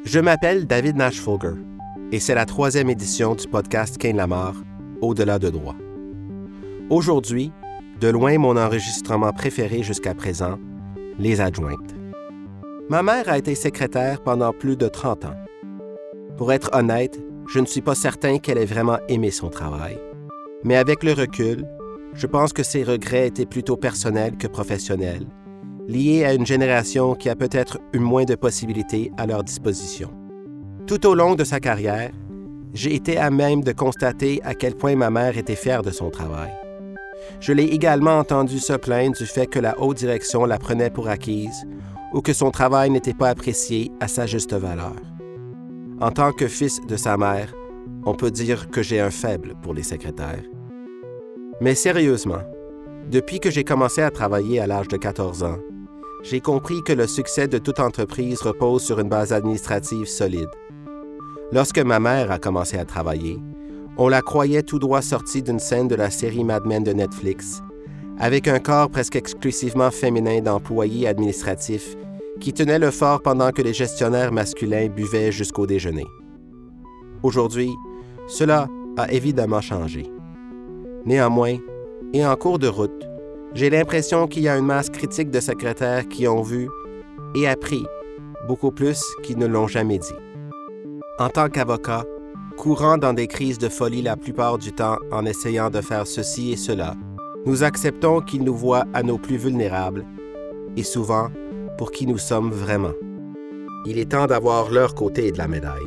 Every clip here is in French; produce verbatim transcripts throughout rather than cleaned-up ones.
Je m'appelle David Nash-Folger et c'est la troisième édition du podcast Kane Lamar, Au-delà de droit. Aujourd'hui, de loin mon enregistrement préféré jusqu'à présent, les adjointes. Ma mère a été secrétaire pendant plus de trente ans. Pour être honnête, je ne suis pas certain qu'elle ait vraiment aimé son travail. Mais avec le recul, je pense que ses regrets étaient plutôt personnels que professionnels, liés à une génération qui a peut-être eu moins de possibilités à leur disposition. Tout au long de sa carrière, j'ai été à même de constater à quel point ma mère était fière de son travail. Je l'ai également entendu se plaindre du fait que la haute direction la prenait pour acquise ou que son travail n'était pas apprécié à sa juste valeur. En tant que fils de sa mère, on peut dire que j'ai un faible pour les secrétaires. Mais sérieusement, depuis que j'ai commencé à travailler à l'âge de quatorze ans, j'ai compris que le succès de toute entreprise repose sur une base administrative solide. Lorsque ma mère a commencé à travailler, on la croyait tout droit sortie d'une scène de la série Mad Men de Netflix, avec un corps presque exclusivement féminin d'employés administratifs qui tenait le fort pendant que les gestionnaires masculins buvaient jusqu'au déjeuner. Aujourd'hui, cela a évidemment changé. Néanmoins, et en cours de route, j'ai l'impression qu'il y a une masse critique de secrétaires qui ont vu et appris beaucoup plus qu'ils ne l'ont jamais dit. En tant qu'avocat, courant dans des crises de folie la plupart du temps en essayant de faire ceci et cela, nous acceptons qu'ils nous voient à nos plus vulnérables et souvent pour qui nous sommes vraiment. Il est temps d'avoir leur côté de la médaille.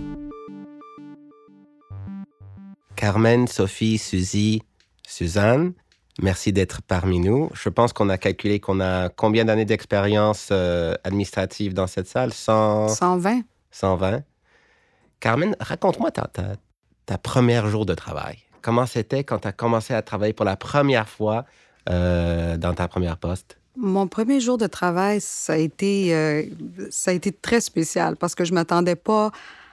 Carmen, Sophie, Suzy, Suzanne, merci d'être parmi nous. Je pense qu'on a calculé qu'on a combien d'années d'expérience euh, administrative dans cette salle? cent... cent vingt. cent vingt. Carmen, raconte-moi ta, ta, ta première jour de travail. Comment c'était quand tu as commencé à travailler pour la première fois euh, dans ta première poste? Mon premier jour de travail, ça a été, euh, ça a été très spécial parce que je ne m'attendais pas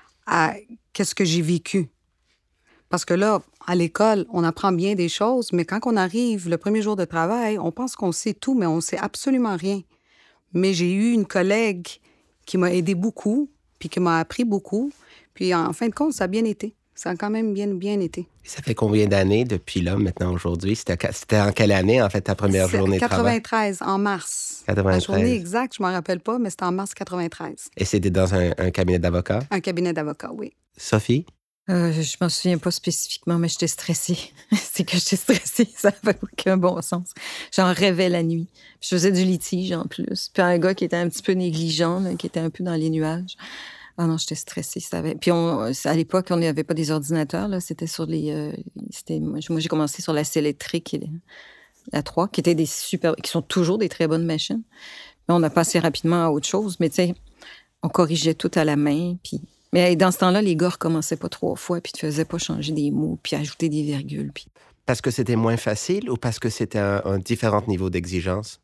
à qu'est-ce que j'ai vécu. Parce que là, à l'école, on apprend bien des choses, mais quand on arrive le premier jour de travail, on pense qu'on sait tout, mais on ne sait absolument rien. Mais j'ai eu une collègue qui m'a aidé beaucoup, puis qui m'a appris beaucoup. Puis en fin de compte, ça a bien été. Ça a quand même bien, bien été. Ça fait combien d'années depuis là, maintenant, aujourd'hui? C'était, c'était en quelle année, en fait, ta première C'est journée de travail? quatre-vingt-treize, en mars. quatre-vingt-treize. La journée exacte, je ne m'en rappelle pas, mais c'était en mars quatre-vingt-treize. Et c'était dans un, un cabinet d'avocat? Un cabinet d'avocat, oui. Sophie? Euh, je m'en souviens pas spécifiquement, mais j'étais stressée. C'est que j'étais stressée, ça n'avait aucun bon sens. J'en rêvais la nuit. Je faisais du litige en plus. Puis un gars qui était un petit peu négligent, là, qui était un peu dans les nuages. Ah non, j'étais stressée. Ça avait... Puis on, à l'époque, on n'avait pas des ordinateurs. Là. C'était sur les... Euh, c'était... Moi, j'ai commencé sur la C électrique, la trois, qui étaient des super... qui sont toujours des très bonnes machines. Mais on a passé rapidement à autre chose. Mais tu sais, on corrigeait tout à la main, puis... Mais dans ce temps-là, les gars recommençaient pas trois fois, puis ne te faisaient pas changer des mots, puis ajouter des virgules. Puis... Parce que c'était moins facile ou parce que c'était un, un différent niveau d'exigence?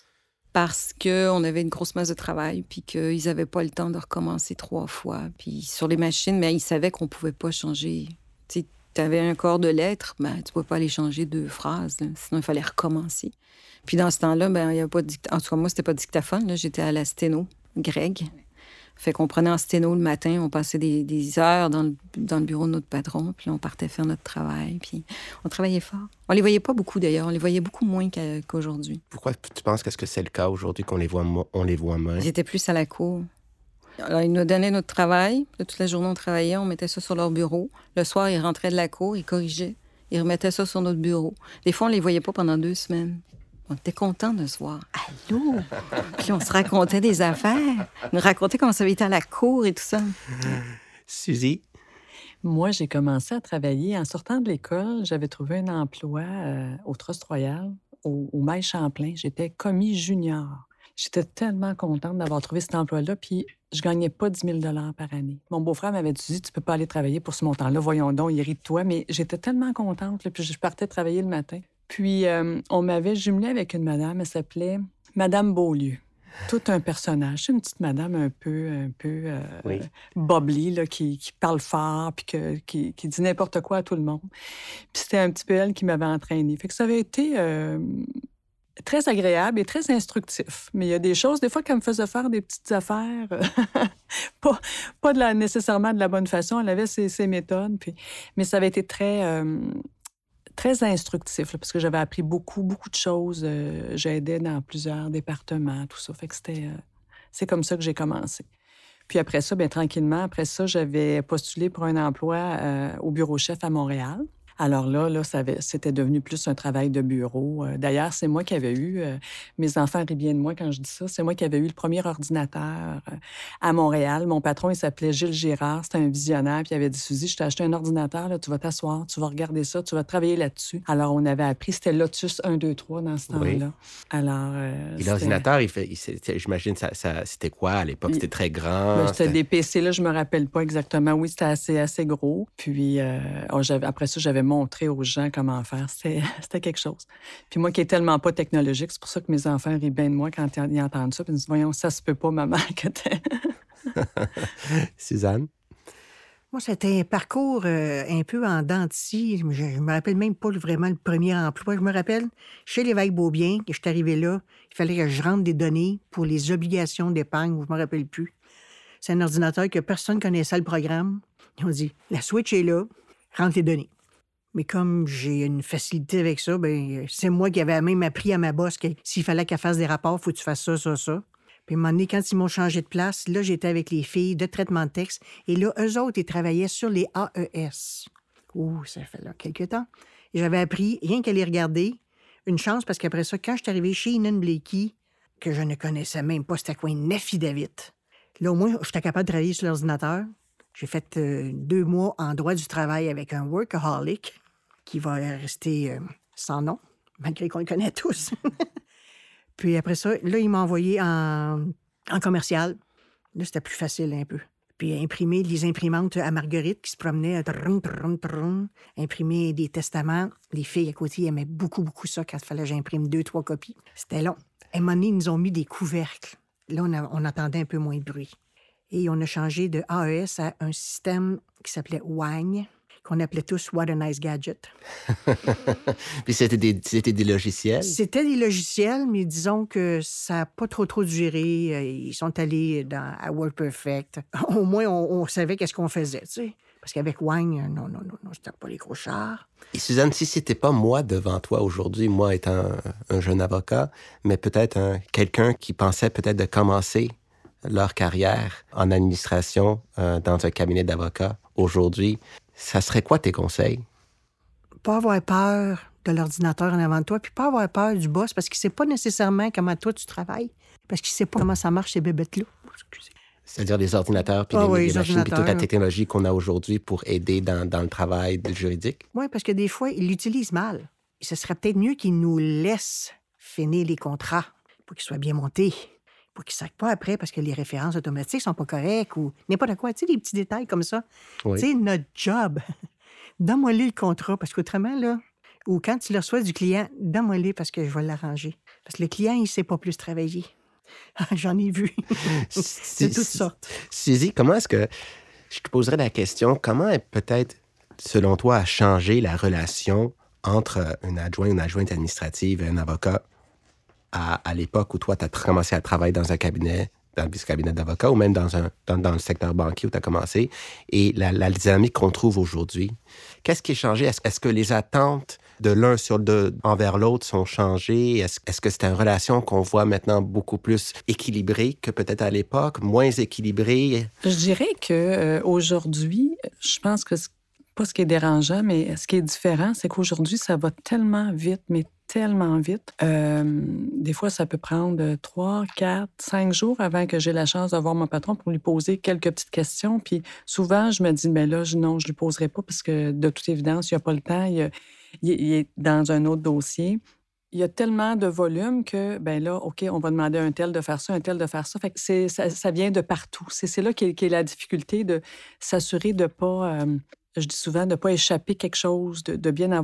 Parce qu'on avait une grosse masse de travail, puis qu'ils n'avaient pas le temps de recommencer trois fois. Puis sur les machines, mais ils savaient qu'on ne pouvait pas changer. Tu avais un corps de lettres, ben, tu ne pouvais pas aller changer deux phrases, là, sinon il fallait recommencer. Puis dans ce temps-là, ben, il y avait pas de dict... en tout cas, moi, c'était pas dictaphone, là, j'étais à la sténo, Greg. Fait qu'on prenait en sténo le matin, on passait des, des heures dans le, dans le bureau de notre patron, puis on partait faire notre travail, puis on travaillait fort. On les voyait pas beaucoup, d'ailleurs. On les voyait beaucoup moins qu'a, qu'aujourd'hui. Pourquoi tu penses qu'est-ce que c'est le cas aujourd'hui qu'on les voit, mo- on les voit moins? Ils étaient plus à la cour. Alors, ils nous donnaient notre travail. Toute la journée, on travaillait, on mettait ça sur leur bureau. Le soir, ils rentraient de la cour, ils corrigeaient. Ils remettaient ça sur notre bureau. Des fois, on les voyait pas pendant deux semaines. On était contents de se voir. Allô? Puis on se racontait des affaires. On nous racontait comment ça avait été à la cour et tout ça. Suzy? Moi, j'ai commencé à travailler. En sortant de l'école, j'avais trouvé un emploi euh, au Trust Royal, au, au Mail Champlain. J'étais commis junior. J'étais tellement contente d'avoir trouvé cet emploi-là, puis je gagnais pas dix mille dollars par année. Mon beau-frère m'avait dit « Tu peux pas aller travailler pour ce montant-là, voyons donc, il rit de toi. » Mais j'étais tellement contente, là, puis je partais travailler le matin. Puis, euh, on m'avait jumelée avec une madame, elle s'appelait Madame Beaulieu. Tout un personnage. C'est une petite madame un peu, un peu euh, oui. bubbly, là, qui, qui parle fort, puis que, qui, qui dit n'importe quoi à tout le monde. Puis c'était un petit peu elle qui m'avait entraînée. Fait que ça avait été... Euh, très agréable et très instructif. Mais il y a des choses, des fois, qu'elle me faisait faire des petites affaires, pas, pas de la, nécessairement de la bonne façon. Elle avait ses, ses méthodes. Puis, mais ça avait été très, euh, très instructif, là, parce que j'avais appris beaucoup, beaucoup de choses. Euh, j'aidais dans plusieurs départements, tout ça. Fait que c'était, euh, c'est comme ça que j'ai commencé. Puis après ça, bien tranquillement, après ça, j'avais postulé pour un emploi euh, au bureau chef à Montréal. Alors là, là ça avait, c'était devenu plus un travail de bureau. D'ailleurs, c'est moi qui avais eu, euh, mes enfants rient bien de moi quand je dis ça, c'est moi qui avais eu le premier ordinateur euh, à Montréal. Mon patron, il s'appelait Gilles Girard, c'était un visionnaire, puis il avait dit « Suzy, je t'ai acheté un ordinateur, là, tu vas t'asseoir, tu vas regarder ça, tu vas travailler là-dessus. » Alors, on avait appris, c'était Lotus un, deux, trois dans ce oui. temps-là. Alors, euh, Et l'ordinateur, il fait, il, j'imagine, ça, ça, c'était quoi à l'époque? C'était très grand? Ben, c'était, c'était des P C, là, je me rappelle pas exactement. Oui, c'était assez, assez gros. Puis, euh, oh, j'avais, après ça, j'avais montré aux gens comment faire. C'était, c'était quelque chose. Puis moi qui est tellement pas technologique, c'est pour ça que mes enfants rient bien de moi quand ils entendent ça. Puis ils me disent, voyons, ça se peut pas, maman, que t'es... Suzanne? Moi, c'était un parcours euh, un peu en dents de scie. Je, je me rappelle même pas vraiment le premier emploi. Je me rappelle, chez l'évêque Beaubien, que je suis arrivé là, il fallait que je rentre des données pour les obligations d'épargne, je me rappelle plus. C'est un ordinateur que personne connaissait le programme. Ils ont dit, la switch est là, rentre les données. Mais comme j'ai une facilité avec ça, ben c'est moi qui avais même appris à ma boss que s'il fallait qu'elle fasse des rapports, il faut que tu fasses ça, ça, ça. Puis à un moment donné, quand ils m'ont changé de place, là, j'étais avec les filles de traitement de texte. Et là, eux autres, ils travaillaient sur les A E S. Ouh, ça fait là quelques temps. Et j'avais appris, rien qu'à les regarder, une chance, parce qu'après ça, quand je suis arrivé chez Inan Blakey, que je ne connaissais même pas, c'était quoi, une affidavit. Là, au moins, j'étais capable de travailler sur l'ordinateur. J'ai fait euh, deux mois en droit du travail avec un workaholic qui va rester euh, sans nom, malgré qu'on le connaît tous. Puis après ça, là, il m'a envoyé en, en commercial. Là, c'était plus facile un peu. Puis imprimer les imprimantes à Marguerite qui se promenaient, trum, trum, trum, imprimer des testaments. Les filles à côté aimaient beaucoup, beaucoup ça quand il fallait que j'imprime deux, trois copies. C'était long. À un moment donné, ils nous ont mis des couvercles. Là, on, a, on entendait un peu moins de bruit. Et on a changé de A E S à un système qui s'appelait Wang, qu'on appelait tous What a Nice Gadget. Puis c'était des, c'était des logiciels? C'était des logiciels, mais disons que ça n'a pas trop, trop duré. Ils sont allés dans, à WordPerfect. Au moins, on, on savait qu'est-ce qu'on faisait, tu sais. Parce qu'avec Wang, non, non, non, non, c'était pas les gros chars. Et Suzanne, si c'était pas moi devant toi aujourd'hui, moi étant un, un jeune avocat, mais peut-être un, quelqu'un qui pensait peut-être de commencer leur carrière en administration euh, dans un cabinet d'avocats aujourd'hui, ça serait quoi tes conseils? Pas avoir peur de l'ordinateur en avant de toi, puis pas avoir peur du boss, parce qu'il sait pas nécessairement comment toi tu travailles, parce qu'il sait pas comment ça marche ces bébêtes-là. Excusez. C'est-à-dire les ordinateurs, puis ah les, oui, les les machines, puis toute la hein. technologie qu'on a aujourd'hui pour aider dans, dans le travail juridique? Oui, parce que des fois, ils l'utilisent mal. Et ce serait peut-être mieux qu'ils nous laissent finir les contrats pour qu'ils soient bien montés, pour qu'ils ne sacent pas après parce que les références automatiques sont pas correctes ou n'importe quoi. Tu sais, des petits détails comme ça. Oui. Tu sais, notre job, donne-moi-le le contrat, parce qu'autrement, là, ou quand tu le reçois du client, donne-moi-le parce que je vais l'arranger. Parce que le client, il ne sait pas plus travailler. J'en ai vu. De toutes sortes. Suzy, comment est-ce que... Je te poserais la question, comment peut-être, selon toi, a changé la relation entre un adjoint, une adjointe administrative et un avocat à, à l'époque où toi, tu as commencé à travailler dans un cabinet, dans le cabinet d'avocat ou même dans, un, dans, dans le secteur banquier où tu as commencé, et la, la dynamique qu'on trouve aujourd'hui? Qu'est-ce qui est changé? Est-ce, est-ce que les attentes de l'un sur de, envers l'autre sont changées? Est-ce, est-ce que c'est une relation qu'on voit maintenant beaucoup plus équilibrée que peut-être à l'époque, moins équilibrée? Je dirais qu'aujourd'hui, euh, je pense que c'est pas ce qui est dérangeant, mais ce qui est différent, c'est qu'aujourd'hui, ça va tellement vite, mais tellement vite. Euh, des fois, ça peut prendre trois, quatre, cinq jours avant que j'ai la chance de voir mon patron pour lui poser quelques petites questions. Puis souvent, je me dis, mais là, je, non, je ne lui poserai pas parce que de toute évidence, il n'y a pas le temps. Il, il, il est dans un autre dossier. Il y a tellement de volume que, ben là, OK, on va demander à un tel de faire ça, un tel de faire ça. Fait que c'est, ça, ça vient de partout. C'est, c'est là qu'est, qu'est la difficulté de s'assurer de ne pas... Euh, je dis souvent de ne pas échapper quelque chose, de, de bien avoir tout,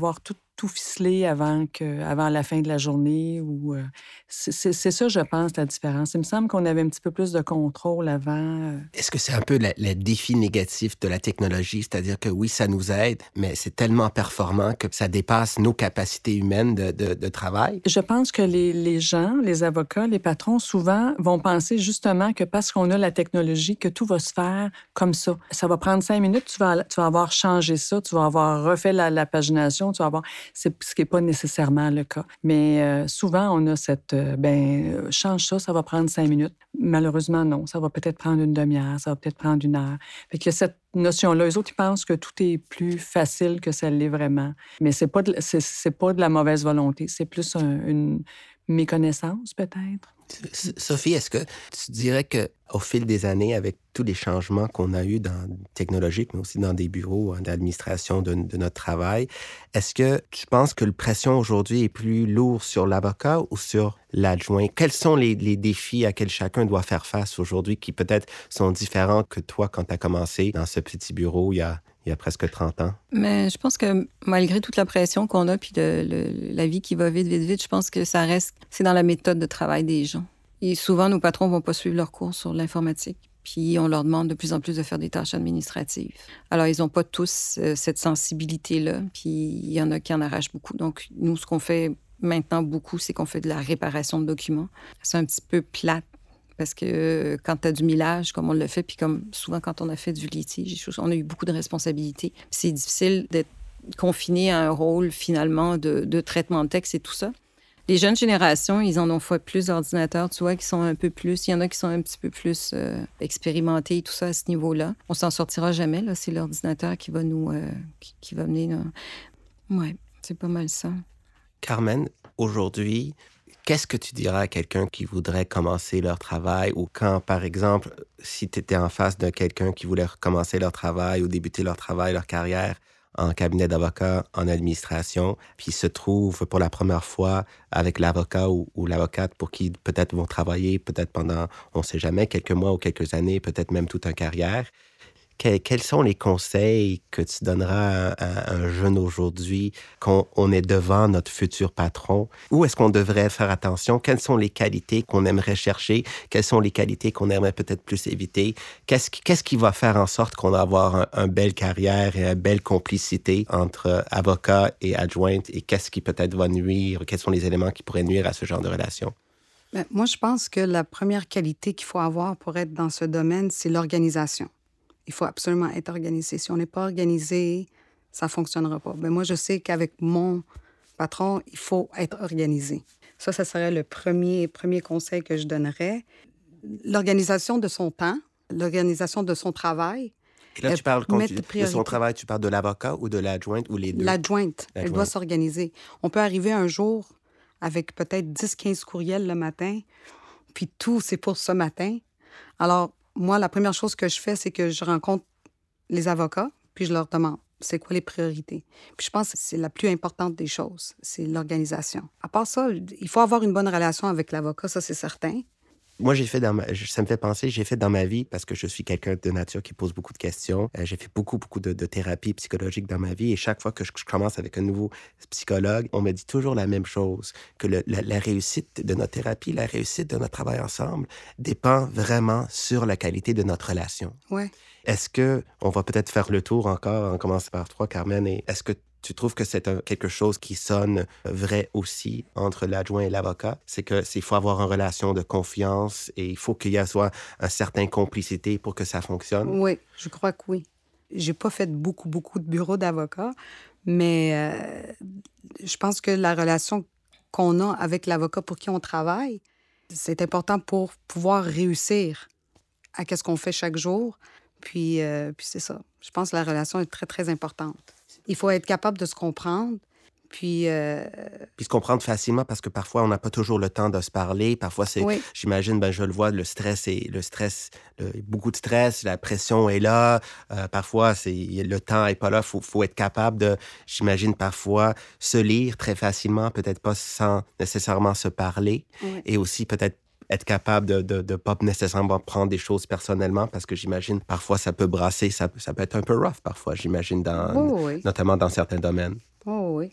tout ficeler avant, que, avant la fin de la journée. Ou, euh, c'est, c'est, c'est ça, je pense, la différence. Il me semble qu'on avait un petit peu plus de contrôle avant. Euh. Est-ce que c'est un peu le défi négatif de la technologie? C'est-à-dire que oui, ça nous aide, mais c'est tellement performant que ça dépasse nos capacités humaines de, de, de travail? Je pense que les, les gens, les avocats, les patrons, souvent vont penser justement que parce qu'on a la technologie, que tout va se faire comme ça. Ça va prendre cinq minutes, tu vas, tu vas avoir changé ça, tu vas avoir refait la, la pagination, tu vas avoir... C'est ce qui n'est pas nécessairement le cas. Mais euh, souvent, on a cette... Euh, ben, euh, change ça, ça va prendre cinq minutes. Malheureusement, non. Ça va peut-être prendre une demi-heure, ça va peut-être prendre une heure. Fait qu'il y a cette notion-là. Les autres, ils pensent que tout est plus facile que ça l'est vraiment. Mais c'est pas de, c'est, c'est pas de la mauvaise volonté. C'est plus un, une méconnaissance, peut-être. Sophie, est-ce que tu dirais qu'au fil des années, avec tous les changements qu'on a eus dans technologiques, mais aussi dans des bureaux d'administration de, de notre travail, est-ce que tu penses que la pression aujourd'hui est plus lourde sur l'avocat ou sur l'adjoint? Quels sont les, les défis à quels chacun doit faire face aujourd'hui qui peut-être sont différents que toi quand tu as commencé dans ce petit bureau il y a, il y a presque trente ans? Mais je pense que malgré toute la pression qu'on a puis le, le, la vie qui va vite, vite, vite, je pense que ça reste, c'est dans la méthode de travail des gens. Et souvent, nos patrons ne vont pas suivre leurs cours sur l'informatique. Puis on leur demande de plus en plus de faire des tâches administratives. Alors, ils n'ont pas tous euh, cette sensibilité-là. Puis il y en a qui en arrachent beaucoup. Donc, nous, ce qu'on fait maintenant beaucoup, c'est qu'on fait de la réparation de documents. C'est un petit peu plate parce que euh, quand tu as du millage, comme on le fait, puis comme souvent quand on a fait du litige, on a eu beaucoup de responsabilités. Puis c'est difficile d'être confiné à un rôle, finalement, de, de traitement de texte et tout ça. Les jeunes générations, ils en ont fait plus d'ordinateurs, tu vois, qui sont un peu plus... Il y en a qui sont un petit peu plus euh, expérimentés et tout ça à ce niveau-là. On s'en sortira jamais, là. C'est l'ordinateur qui va nous... Euh, qui, qui va venir... Là. Ouais, c'est pas mal ça. Carmen, aujourd'hui, qu'est-ce que tu dirais à quelqu'un qui voudrait commencer leur travail ou quand, par exemple, si tu étais en face de quelqu'un qui voulait commencer leur travail ou débuter leur travail, leur carrière en cabinet d'avocat, en administration, puis se trouve pour la première fois avec l'avocat ou, ou l'avocate pour qui peut-être vont travailler, peut-être pendant, on ne sait jamais, quelques mois ou quelques années, peut-être même toute une carrière. Que, quels sont les conseils que tu donneras à, à un jeune aujourd'hui quand on est devant notre futur patron? Où est-ce qu'on devrait faire attention? Quelles sont les qualités qu'on aimerait chercher? Quelles sont les qualités qu'on aimerait peut-être plus éviter? Qu'est-ce qui, qu'est-ce qui va faire en sorte qu'on va avoir une un belle carrière et une belle complicité entre avocat et adjointe? Et qu'est-ce qui peut-être va nuire? Quels sont les éléments qui pourraient nuire à ce genre de relation? Bien, moi, je pense que la première qualité qu'il faut avoir pour être dans ce domaine, c'est l'organisation. Il faut absolument être organisé. Si on n'est pas organisé, ça ne fonctionnera pas. Mais moi, je sais qu'avec mon patron, il faut être organisé. Ça, ça serait le premier, premier conseil que je donnerais. L'organisation de son temps, l'organisation de son travail. Et là, tu parles quand tu, de son travail, tu parles de l'avocat ou de l'adjointe ou les deux? L'adjointe. L'adjointe. Elle doit s'organiser. On peut arriver un jour avec peut-être dix quinze courriels le matin, puis tout, c'est pour ce matin. Alors, moi, la première chose que je fais, c'est que je rencontre les avocats, puis je leur demande, c'est quoi les priorités? Puis je pense que c'est la plus importante des choses, c'est l'organisation. À part ça, il faut avoir une bonne relation avec l'avocat, ça, c'est certain. Moi, j'ai fait dans ma... ça me fait penser, j'ai fait dans ma vie, parce que je suis quelqu'un de nature qui pose beaucoup de questions. Euh, j'ai fait beaucoup, beaucoup de, de thérapie psychologique dans ma vie. Et chaque fois que je, je commence avec un nouveau psychologue, on me dit toujours la même chose, que le, la, la réussite de notre thérapie, la réussite de notre travail ensemble dépend vraiment sur la qualité de notre relation. Ouais. Est-ce que, on va peut-être faire le tour encore, en commençant par toi, Carmen, et est-ce que tu trouves que c'est un, quelque chose qui sonne vrai aussi entre l'adjoint et l'avocat? C'est qu'il faut avoir une relation de confiance et il faut qu'il y ait soit une certaine complicité pour que ça fonctionne? Oui, je crois que oui. J'ai pas fait beaucoup, beaucoup de bureaux d'avocats, mais euh, je pense que la relation qu'on a avec l'avocat pour qui on travaille, c'est important pour pouvoir réussir à ce qu'on fait chaque jour. Puis, euh, puis c'est ça. Je pense que la relation est très, très importante. Il faut être capable de se comprendre, puis... Euh... Puis se comprendre facilement, parce que parfois, on n'a pas toujours le temps de se parler. Parfois, c'est, oui. J'imagine, ben, je le vois, le stress, est, le stress, le, beaucoup de stress, la pression est là. Euh, parfois, c'est, le temps n'est pas là. Il faut, faut être capable de, j'imagine, parfois, se lire très facilement, peut-être pas sans nécessairement se parler. Oui. Et aussi, peut-être, être capable de ne de, de pas nécessairement prendre des choses personnellement, parce que j'imagine, parfois, ça peut brasser, ça, ça peut être un peu rough, parfois, j'imagine, dans, oh, oui. notamment dans certains domaines. Oh oui.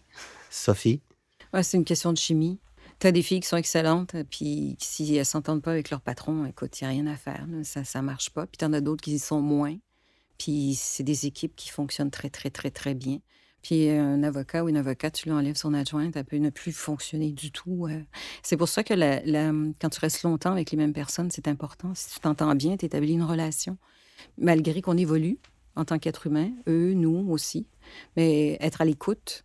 Sophie? Ouais, c'est une question de chimie. Tu as des filles qui sont excellentes, puis si elles ne s'entendent pas avec leur patron, écoute, il n'y a rien à faire. Là. Ça ne marche pas. Puis tu en as d'autres qui y sont moins. Puis c'est des équipes qui fonctionnent très, très, très, très bien. Puis un avocat ou une avocate, tu lui enlèves son adjointe, elle peut ne plus fonctionner du tout. C'est pour ça que la, la, quand tu restes longtemps avec les mêmes personnes, c'est important. Si tu t'entends bien, tu établis une relation. Malgré qu'on évolue en tant qu'être humain, eux, nous aussi, mais être à l'écoute.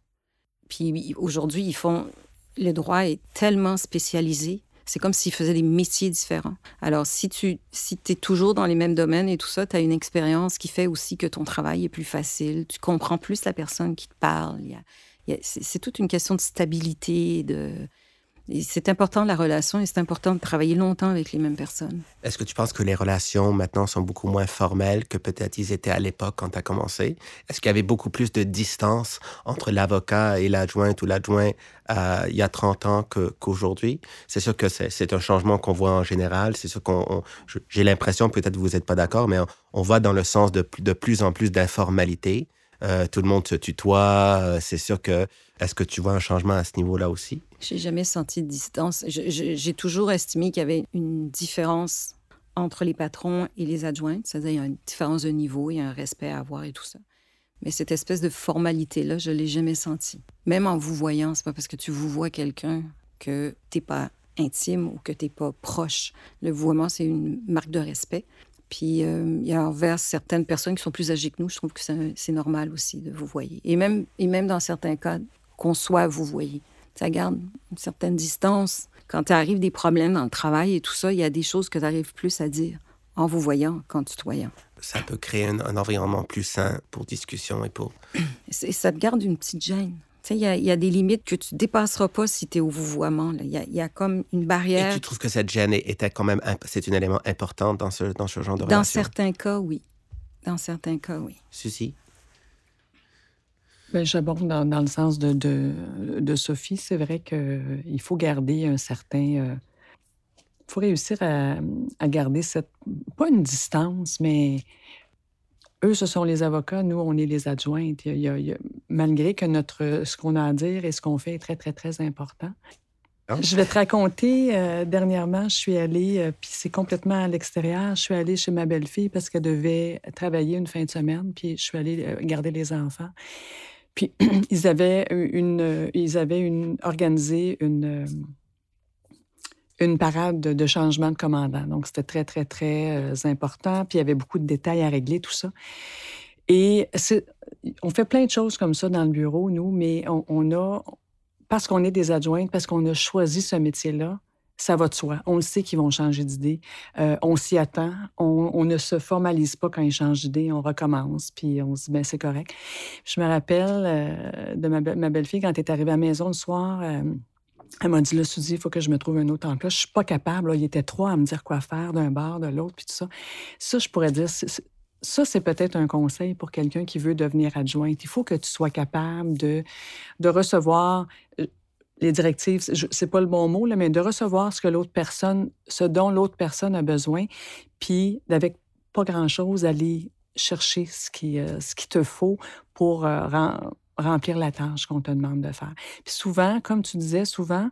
Puis aujourd'hui, ils font... Le droit est tellement spécialisé. C'est comme s'ils faisaient des métiers différents. Alors, si tu si es toujours dans les mêmes domaines et tout ça, tu as une expérience qui fait aussi que ton travail est plus facile. Tu comprends plus la personne qui te parle. Il y a, il y a, c'est, c'est toute une question de stabilité. De... Et c'est important, la relation, et c'est important de travailler longtemps avec les mêmes personnes. Est-ce que tu penses que les relations, maintenant, sont beaucoup moins formelles que peut-être ils étaient à l'époque quand tu as commencé? Est-ce qu'il y avait beaucoup plus de distance entre l'avocat et l'adjointe ou l'adjoint euh, il y a trente ans que, qu'aujourd'hui? C'est sûr que c'est, c'est un changement qu'on voit en général. C'est sûr qu'on... On, je, j'ai l'impression, peut-être vous n'êtes pas d'accord, mais on, on va dans le sens de, de plus en plus d'informalité. Euh, tout le monde se tutoie. Euh, c'est sûr que... Est-ce que tu vois un changement à ce niveau-là aussi? J'ai jamais senti de distance. Je, je, j'ai toujours estimé qu'il y avait une différence entre les patrons et les adjointes. C'est-à-dire qu'il y a une différence de niveau, il y a un respect à avoir et tout ça. Mais cette espèce de formalité-là, je ne l'ai jamais sentie. Même en vous voyant, c'est pas parce que tu vous vois quelqu'un que tu n'es pas intime ou que tu n'es pas proche. Le vouvoiement, c'est une marque de respect. Puis, euh, il y a envers certaines personnes qui sont plus âgées que nous, je trouve que c'est, c'est normal aussi de vous voir. Et même, et même dans certains cas, qu'on soit vous voyez. Ça garde une certaine distance. Quand tu arrives des problèmes dans le travail et tout ça, il y a des choses que tu arrives plus à dire en vous voyant qu'en tutoyant. Ça peut créer un, un environnement plus sain pour discussion et pour... C'est, ça te garde une petite gêne. Tu sais, il y a, y a des limites que tu dépasseras pas si tu es au vouvoiement. Il y a, y a comme une barrière. Et tu trouves que cette gêne était quand même... C'est un élément important dans ce, dans ce genre de dans relation? Dans certains cas, oui. Dans certains cas, oui. Suzy? Bien, j'abonde dans, dans le sens de, de, de Sophie. C'est vrai qu'il faut garder un certain... Il euh, faut réussir à, à garder cette... Pas une distance, mais... Eux, ce sont les avocats. Nous, on est les adjointes. Il y a, il y a, malgré que notre, ce qu'on a à dire et ce qu'on fait est très, très, très important. Oh. Je vais te raconter, euh, dernièrement, je suis allée, euh, puis c'est complètement à l'extérieur, je suis allée chez ma belle-fille parce qu'elle devait travailler une fin de semaine, puis je suis allée euh, garder les enfants. Puis ils avaient une, ils avaient une, organisé une, une parade de, de changement de commandant. Donc, c'était très, très, très euh, important. Puis il y avait beaucoup de détails à régler, tout ça. Et c'est, on fait plein de choses comme ça dans le bureau, nous, mais on, on a, parce qu'on est des adjointes, parce qu'on a choisi ce métier-là, ça va de soi. On le sait qu'ils vont changer d'idée. Euh, on s'y attend. On, on ne se formalise pas quand ils changent d'idée. On recommence, puis on se dit, bien, c'est correct. Je me rappelle euh, de ma, be- ma belle-fille, quand elle est arrivée à la maison le soir, euh, elle m'a dit, là, Suzy, il faut que je me trouve un autre emploi. Je suis pas capable. Là, il était trois à me dire quoi faire d'un bar, de l'autre, puis tout ça. Ça, je pourrais dire... C'est, c'est, ça, c'est peut-être un conseil pour quelqu'un qui veut devenir adjointe. Il faut que tu sois capable de, de recevoir... les directives, c'est pas le bon mot, là, mais de recevoir ce que l'autre personne, ce dont l'autre personne a besoin, puis d'avec pas grand-chose, aller chercher ce qui, euh, ce qu'il te faut pour euh, rem- remplir la tâche qu'on te demande de faire. Puis souvent, comme tu disais, souvent,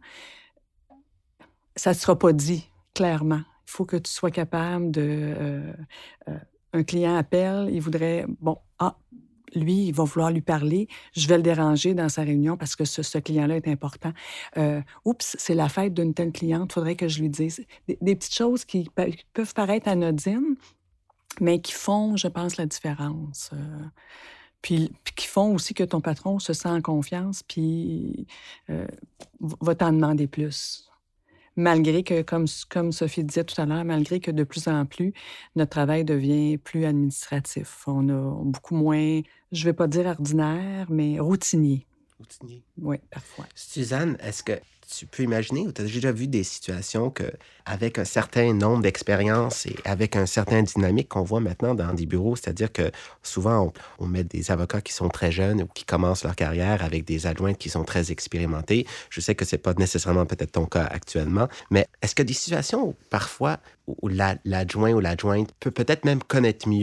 ça ne sera pas dit clairement. Il faut que tu sois capable de... Euh, euh, un client appelle, il voudrait... Bon, ah... lui, il va vouloir lui parler, je vais le déranger dans sa réunion parce que ce, ce client-là est important. Euh, oups, c'est la fête d'une telle cliente, il faudrait que je lui dise. Des, des petites choses qui pe- peuvent paraître anodines, mais qui font, je pense, la différence. Euh, puis, puis qui font aussi que ton patron se sent en confiance puis euh, va t'en demander plus. Malgré que, comme, comme Sophie disait tout à l'heure, malgré que de plus en plus, notre travail devient plus administratif. On a beaucoup moins, je ne vais pas dire ordinaire, mais routinier. Routinier. Oui, parfois. Suzanne, est-ce que tu peux imaginer ou tu as déjà vu des situations qu'avec un certain nombre d'expériences et avec un certain dynamique qu'on voit maintenant dans des bureaux, c'est-à-dire que souvent on, on met des avocats qui sont très jeunes ou qui commencent leur carrière avec des adjointes qui sont très expérimentées. Je sais que c'est pas nécessairement peut-être ton cas actuellement, mais est-ce qu'il y a des situations où parfois où la, l'adjoint ou l'adjointe peut peut-être même connaître mieux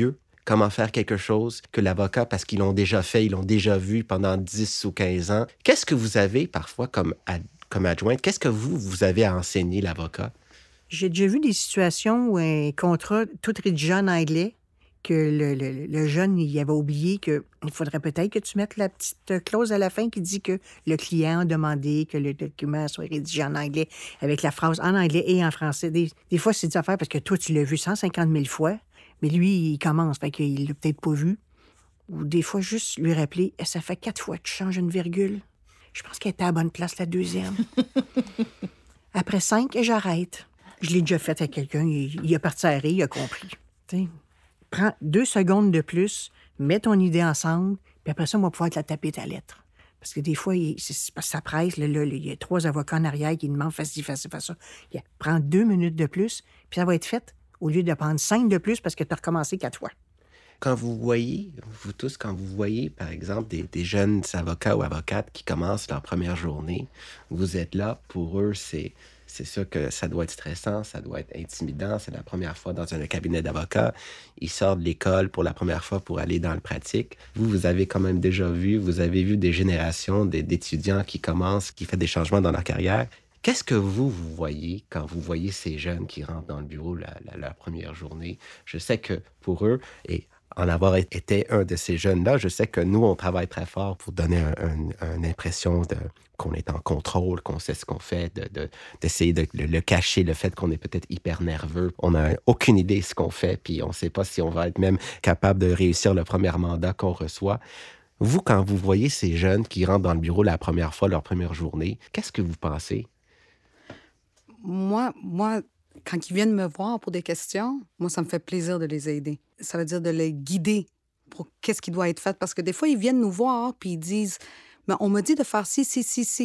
comment faire quelque chose que l'avocat, parce qu'ils l'ont déjà fait, ils l'ont déjà vu pendant dix ou quinze ans. Qu'est-ce que vous avez parfois comme, ad, comme adjointe? Qu'est-ce que vous, vous avez à enseigner l'avocat? J'ai déjà vu des situations où un contrat tout rédigé en anglais, que le, le, le jeune, il avait oublié qu'il faudrait peut-être que tu mettes la petite clause à la fin qui dit que le client a demandé que le document soit rédigé en anglais, avec la phrase en anglais et en français. Des, des fois, c'est des affaires parce que toi, tu l'as vu cent cinquante mille fois, mais lui, il commence, fait qu'il l'a peut-être pas vu. Ou des fois, juste lui rappeler, « Ça fait quatre fois que tu changes une virgule. Je pense qu'elle était à la bonne place, la deuxième. » Après cinq, j'arrête. Je l'ai déjà fait à quelqu'un, il, il a parti à rire, il a compris. T'sais, prends deux secondes de plus, mets ton idée ensemble, puis après ça, on va pouvoir te la taper ta lettre. Parce que des fois, il, c'est, c'est parce que ça presse, là, là, il y a trois avocats en arrière qui demandent « fais ci, fais ci, fais ça ». Prends deux minutes de plus, puis ça va être fait, au lieu de prendre cinq de plus parce que tu as recommencé quatre fois. Quand vous voyez, vous tous, quand vous voyez, par exemple, des, des jeunes avocats ou avocates qui commencent leur première journée, vous êtes là, pour eux, c'est... C'est sûr que ça doit être stressant, ça doit être intimidant. C'est la première fois dans un cabinet d'avocat. Ils sortent de l'école pour la première fois pour aller dans le pratique. Vous, vous avez quand même déjà vu, vous avez vu des générations d'étudiants qui commencent, qui font des changements dans leur carrière. Qu'est-ce que vous, vous voyez quand vous voyez ces jeunes qui rentrent dans le bureau la, la, leur première journée? Je sais que pour eux, et en avoir été un de ces jeunes-là, je sais que nous, on travaille très fort pour donner un, un, une impression de, qu'on est en contrôle, qu'on sait ce qu'on fait, de, de, d'essayer de le, le cacher, le fait qu'on est peut-être hyper nerveux. On n'a aucune idée de ce qu'on fait, puis on ne sait pas si on va être même capable de réussir le premier mandat qu'on reçoit. Vous, quand vous voyez ces jeunes qui rentrent dans le bureau la première fois, leur première journée, qu'est-ce que vous pensez? Moi, moi, quand ils viennent me voir pour des questions, moi, ça me fait plaisir de les aider. Ça veut dire de les guider pour qu'est-ce qui doit être fait. Parce que des fois, ils viennent nous voir puis ils disent « Mais on m'a dit de faire ci, ci, ci, ci. »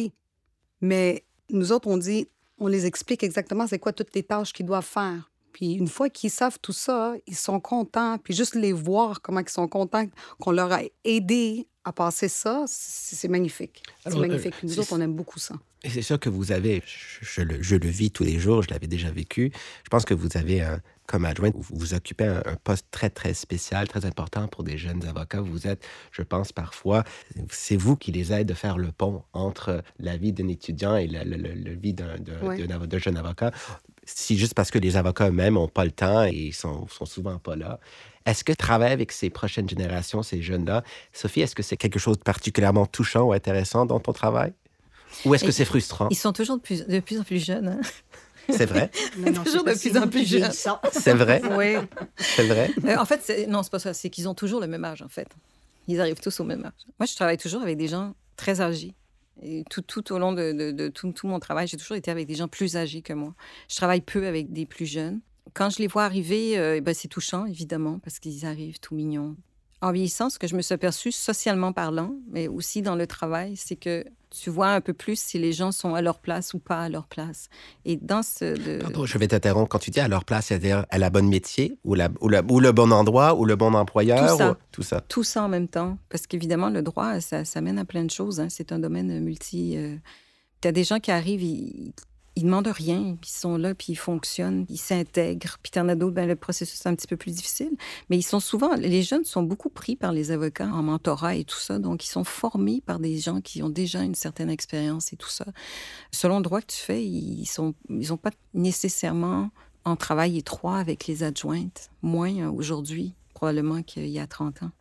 Mais nous autres, on dit, on les explique exactement c'est quoi toutes les tâches qu'ils doivent faire. Puis une fois qu'ils savent tout ça, ils sont contents. Puis juste les voir, comment ils sont contents qu'on leur a aidé à passer ça, c'est, c'est magnifique. Alors, c'est magnifique. Puis nous autres, on aime beaucoup ça. Et c'est sûr que vous avez, je, je, le, je le vis tous les jours, je l'avais déjà vécu. Je pense que vous avez, un, comme adjointe, vous, vous occupez un, un poste très, très spécial, très important pour des jeunes avocats. Vous êtes, je pense parfois, c'est vous qui les aidez de faire le pont entre la vie d'un étudiant et la, la, la, la vie d'un, d'un, oui. d'un, d'un jeune avocat. C'est juste parce que les avocats eux-mêmes n'ont pas le temps et ils sont, sont souvent pas là. Est-ce que travailler avec ces prochaines générations, ces jeunes-là, Sophie, est-ce que c'est quelque chose de particulièrement touchant ou intéressant dans ton travail? Ou est-ce que c'est frustrant? Ils sont toujours de plus, de plus en plus jeunes. Hein? C'est vrai? Non, non, toujours de plus en plus jeunes. C'est vrai? Oui. C'est vrai? Euh, en fait, c'est... non, c'est pas ça. C'est qu'ils ont toujours le même âge, en fait. Ils arrivent tous au même âge. Moi, je travaille toujours avec des gens très âgés. Et tout, tout au long de, de, de tout, tout mon travail, j'ai toujours été avec des gens plus âgés que moi. Je travaille peu avec des plus jeunes. Quand je les vois arriver, euh, ben, c'est touchant, évidemment, parce qu'ils arrivent tout mignons. En vieillissant, ce que je me suis aperçue, socialement parlant, mais aussi dans le travail, c'est que tu vois un peu plus si les gens sont à leur place ou pas à leur place. Et dans ce... De... Pardon, je vais t'interrompre. Quand tu dis à leur place, c'est-à-dire à la bonne métier, ou, la, ou, la, ou le bon endroit, ou le bon employeur? Tout ça. Ou... Tout ça. Tout ça en même temps. Parce qu'évidemment, le droit, ça, ça mène à plein de choses. Hein. C'est un domaine multi... Euh... Tu as des gens qui arrivent... Ils... Ils demandent rien, puis ils sont là, puis ils fonctionnent, ils s'intègrent. Puis t'en as d'autres, ben, le processus est un petit peu plus difficile. Mais ils sont souvent... Les jeunes sont beaucoup pris par les avocats en mentorat et tout ça. Donc, ils sont formés par des gens qui ont déjà une certaine expérience et tout ça. Selon le droit que tu fais, ils sont, ils ont pas nécessairement en travail étroit avec les adjointes. Moins aujourd'hui, probablement, qu'il y a trente ans.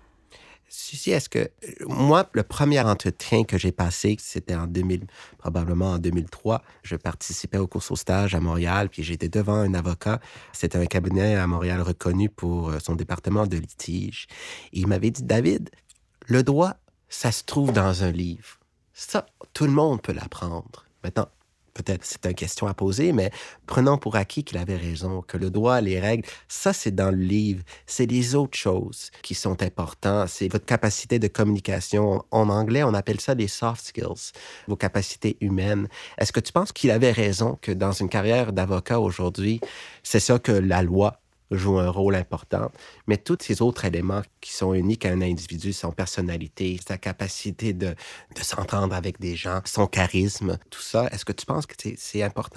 Suzy, est-ce que... Moi, le premier entretien que j'ai passé, c'était en deux mille, probablement en deux mille trois. Je participais aux courses au stage à Montréal, puis j'étais devant un avocat. C'était un cabinet à Montréal reconnu pour son département de litige. Et il m'avait dit, David, le droit, ça se trouve dans un livre. Ça, tout le monde peut l'apprendre. Maintenant, peut-être c'est une question à poser, mais prenons pour acquis qu'il avait raison, que le droit, les règles, ça, c'est dans le livre. C'est les autres choses qui sont importantes. C'est votre capacité de communication. En anglais, on appelle ça les soft skills, vos capacités humaines. Est-ce que tu penses qu'il avait raison que dans une carrière d'avocat aujourd'hui, c'est ça que la loi joue un rôle important, mais tous ces autres éléments qui sont uniques à un individu, son personnalité, sa capacité de, de s'entendre avec des gens, son charisme, tout ça, est-ce que tu penses que c'est, c'est important?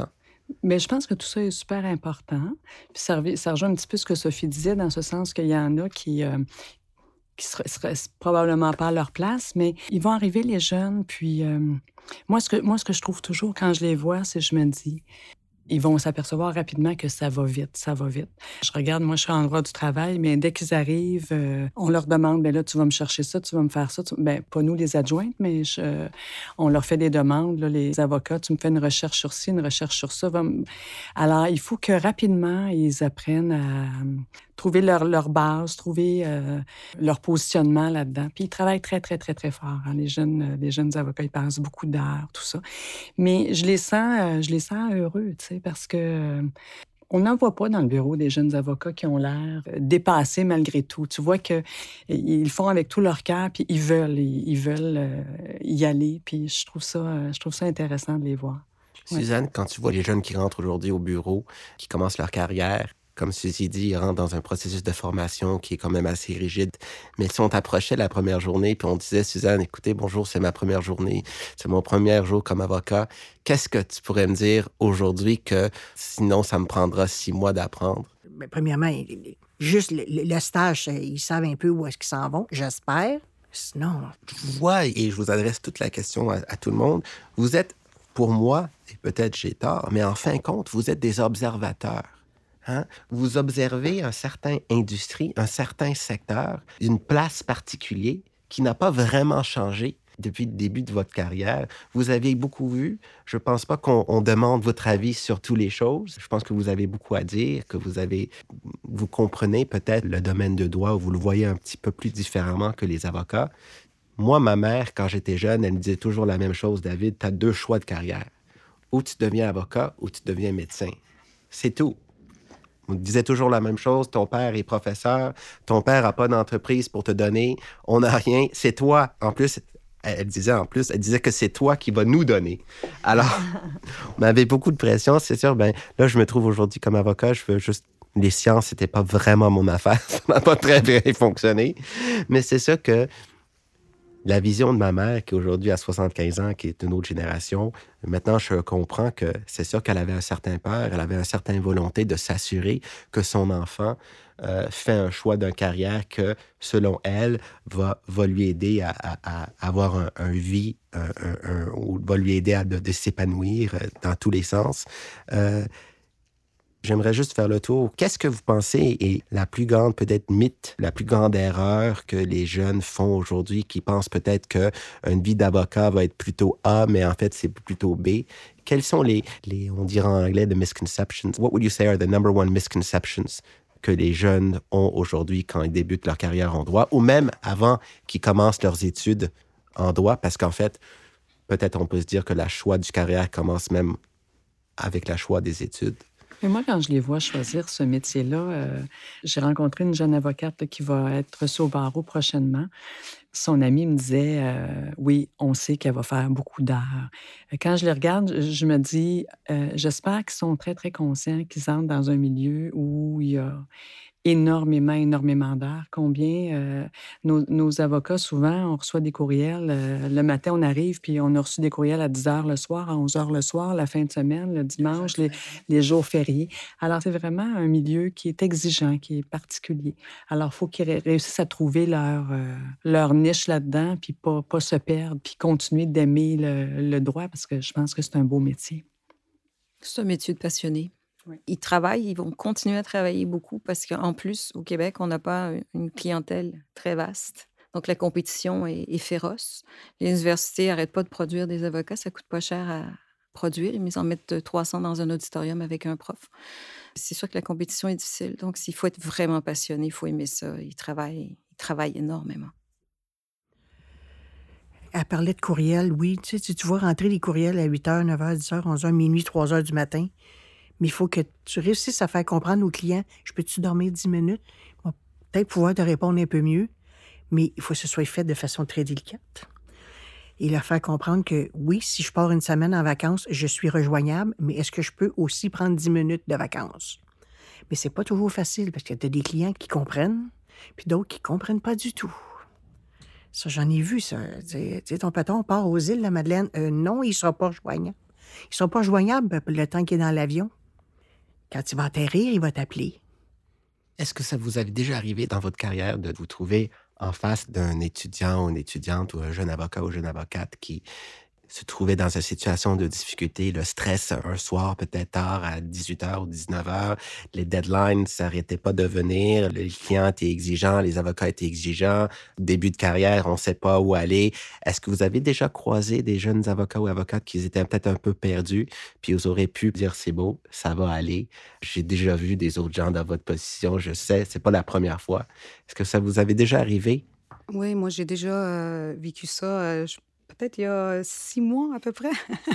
Mais je pense que tout ça est super important. Puis ça, rev- ça rejoint un petit peu ce que Sophie disait, dans ce sens qu'il y en a qui... euh, qui seraient, seraient probablement pas à leur place, mais ils vont arriver, les jeunes, puis euh, moi, ce que, moi, ce que je trouve toujours quand je les vois, c'est que je me dis, ils vont s'apercevoir rapidement que ça va vite, ça va vite. Je regarde, moi, je suis en droit du travail, mais dès qu'ils arrivent, euh, on leur demande, bien là, tu vas me chercher ça, tu vas me faire ça. Tu... Bien, pas nous, les adjointes, mais je... on leur fait des demandes, là, les avocats, tu me fais une recherche sur ci, une recherche sur ça. Va me... Alors, il faut que rapidement, ils apprennent à trouver leur, leur base, trouver euh, leur positionnement là-dedans. Puis ils travaillent très, très, très, très fort. Hein. Les, jeunes, les jeunes avocats, ils passent beaucoup d'heures, tout ça. Mais je les sens, euh, je les sens heureux, tu sais, parce que euh, on n'en voit pas dans le bureau des jeunes avocats qui ont l'air dépassés malgré tout. Tu vois qu'ils le font avec tout leur cœur, puis ils veulent, ils, ils veulent euh, y aller. Puis je trouve ça, euh, je trouve ça intéressant de les voir. Suzanne, ouais. Quand tu vois les jeunes qui rentrent aujourd'hui au bureau, qui commencent leur carrière, comme Suzy dit, ils rentrent dans un processus de formation qui est quand même assez rigide. Mais si on t'approchait la première journée, puis on disait, Suzanne, écoutez, bonjour, c'est ma première journée, c'est mon premier jour comme avocat, qu'est-ce que tu pourrais me dire aujourd'hui que sinon ça me prendra six mois d'apprendre? Bien, premièrement, juste le, le stage, ils savent un peu où est-ce qu'ils s'en vont, j'espère. Sinon... Je vois, et je vous adresse toute la question à, à tout le monde, vous êtes, pour moi, et peut-être j'ai tort, mais en fin de compte, vous êtes des observateurs. Hein? Vous observez un certain industrie, un certain secteur, une place particulière qui n'a pas vraiment changé depuis le début de votre carrière. Vous avez beaucoup vu. Je ne pense pas qu'on on demande votre avis sur toutes les choses. Je pense que vous avez beaucoup à dire, que vous avez, vous comprenez peut-être le domaine de droit, ou vous le voyez un petit peu plus différemment que les avocats. Moi, ma mère, quand j'étais jeune, elle me disait toujours la même chose, David, tu as deux choix de carrière. Ou tu deviens avocat, ou tu deviens médecin. C'est tout. On te disait toujours la même chose, ton père est professeur, ton père n'a pas d'entreprise pour te donner, on n'a rien, c'est toi. En plus, elle disait en plus, elle disait que c'est toi qui vas nous donner. Alors, on avait beaucoup de pression, c'est sûr. Ben là, je me trouve aujourd'hui comme avocat, je veux juste... Les sciences, c'était pas vraiment mon affaire, ça n'a pas très bien fonctionné. Mais c'est ça que la vision de ma mère, qui aujourd'hui a soixante-quinze ans, qui est une autre génération, maintenant, je comprends que c'est sûr qu'elle avait un certain peur, elle avait une certaine volonté de s'assurer que son enfant euh, fait un choix d'une carrière que, selon elle, va, va lui aider à, à, à avoir un, un vie, un, un, un, ou va lui aider à de, de s'épanouir dans tous les sens. Euh, J'aimerais juste faire le tour. Qu'est-ce que vous pensez est la plus grande, peut-être, mythe, la plus grande erreur que les jeunes font aujourd'hui, qui pensent peut-être qu'une vie d'avocat va être plutôt A, mais en fait, c'est plutôt B? Quels sont les, les, on dirait en anglais, the misconceptions? What would you say are the number one misconceptions que les jeunes ont aujourd'hui quand ils débutent leur carrière en droit, ou même avant qu'ils commencent leurs études en droit? Parce qu'en fait, peut-être on peut se dire que la choix du carrière commence même avec la choix des études. Mais moi, quand je les vois choisir ce métier-là, euh, j'ai rencontré une jeune avocate là, qui va être reçue au barreau prochainement. Son amie me disait, euh, oui, on sait qu'elle va faire beaucoup d'heures. Quand je les regarde, je me dis, euh, j'espère qu'ils sont très, très conscients qu'ils entrent dans un milieu où il y a énormément, énormément d'heures. Combien euh, nos, nos avocats, souvent, on reçoit des courriels. Euh, le matin, on arrive, puis on a reçu des courriels à dix heures le soir, à onze heures le soir, la fin de semaine, le dimanche, les, les jours fériés. Alors, c'est vraiment un milieu qui est exigeant, qui est particulier. Alors, il faut qu'ils réussissent à trouver leur, euh, leur niche là-dedans, puis pas, pas se perdre, puis continuer d'aimer le, le droit, parce que je pense que c'est un beau métier. C'est un métier de passionné. Oui. Ils travaillent, ils vont continuer à travailler beaucoup parce qu'en plus, au Québec, on n'a pas une clientèle très vaste. Donc, la compétition est, est féroce. Les universités n'arrêtent pas de produire des avocats. Ça ne coûte pas cher à produire. Ils en mettent trois cents dans un auditorium avec un prof. C'est sûr que la compétition est difficile. Donc, il faut être vraiment passionné, il faut aimer ça. Ils travaillent, ils travaillent énormément. Elle parlait de courriels, oui. Tu sais, tu vois rentrer les courriels à huit heures, neuf heures, dix heures, onze heures, minuit, trois heures du matin. Mais il faut que tu réussisses à faire comprendre aux clients, je peux-tu dormir dix minutes? On va peut-être pouvoir te répondre un peu mieux, mais il faut que ce soit fait de façon très délicate. Et leur faire comprendre que, oui, si je pars une semaine en vacances, je suis rejoignable, mais est-ce que je peux aussi prendre dix minutes de vacances? Mais c'est pas toujours facile, parce qu'il y a des clients qui comprennent, puis d'autres qui comprennent pas du tout. Ça, j'en ai vu, ça. Tu sais, ton patron part aux îles, la Madeleine. Euh, non, il sera pas rejoignable. Ils sont pas joignables le temps qu'il est dans l'avion. Quand il va atterrir, il va t'appeler. Est-ce que ça vous avait déjà arrivé dans votre carrière de vous trouver en face d'un étudiant ou une étudiante ou un jeune avocat ou jeune avocate qui se trouvait dans une situation de difficulté, le stress un soir, peut-être tard, à dix-huit heures ou dix-neuf heures, les deadlines ne s'arrêtaient pas de venir, les clients étaient exigeants, les avocats étaient exigeants, début de carrière, on ne sait pas où aller. Est-ce que vous avez déjà croisé des jeunes avocats ou avocates qui étaient peut-être un peu perdus, puis vous aurez pu dire, c'est beau, ça va aller. J'ai déjà vu des autres gens dans votre position, je sais, c'est pas la première fois. Est-ce que ça vous avait déjà arrivé? Oui, moi, j'ai déjà euh, vécu ça, euh, je- peut-être il y a six mois à peu près,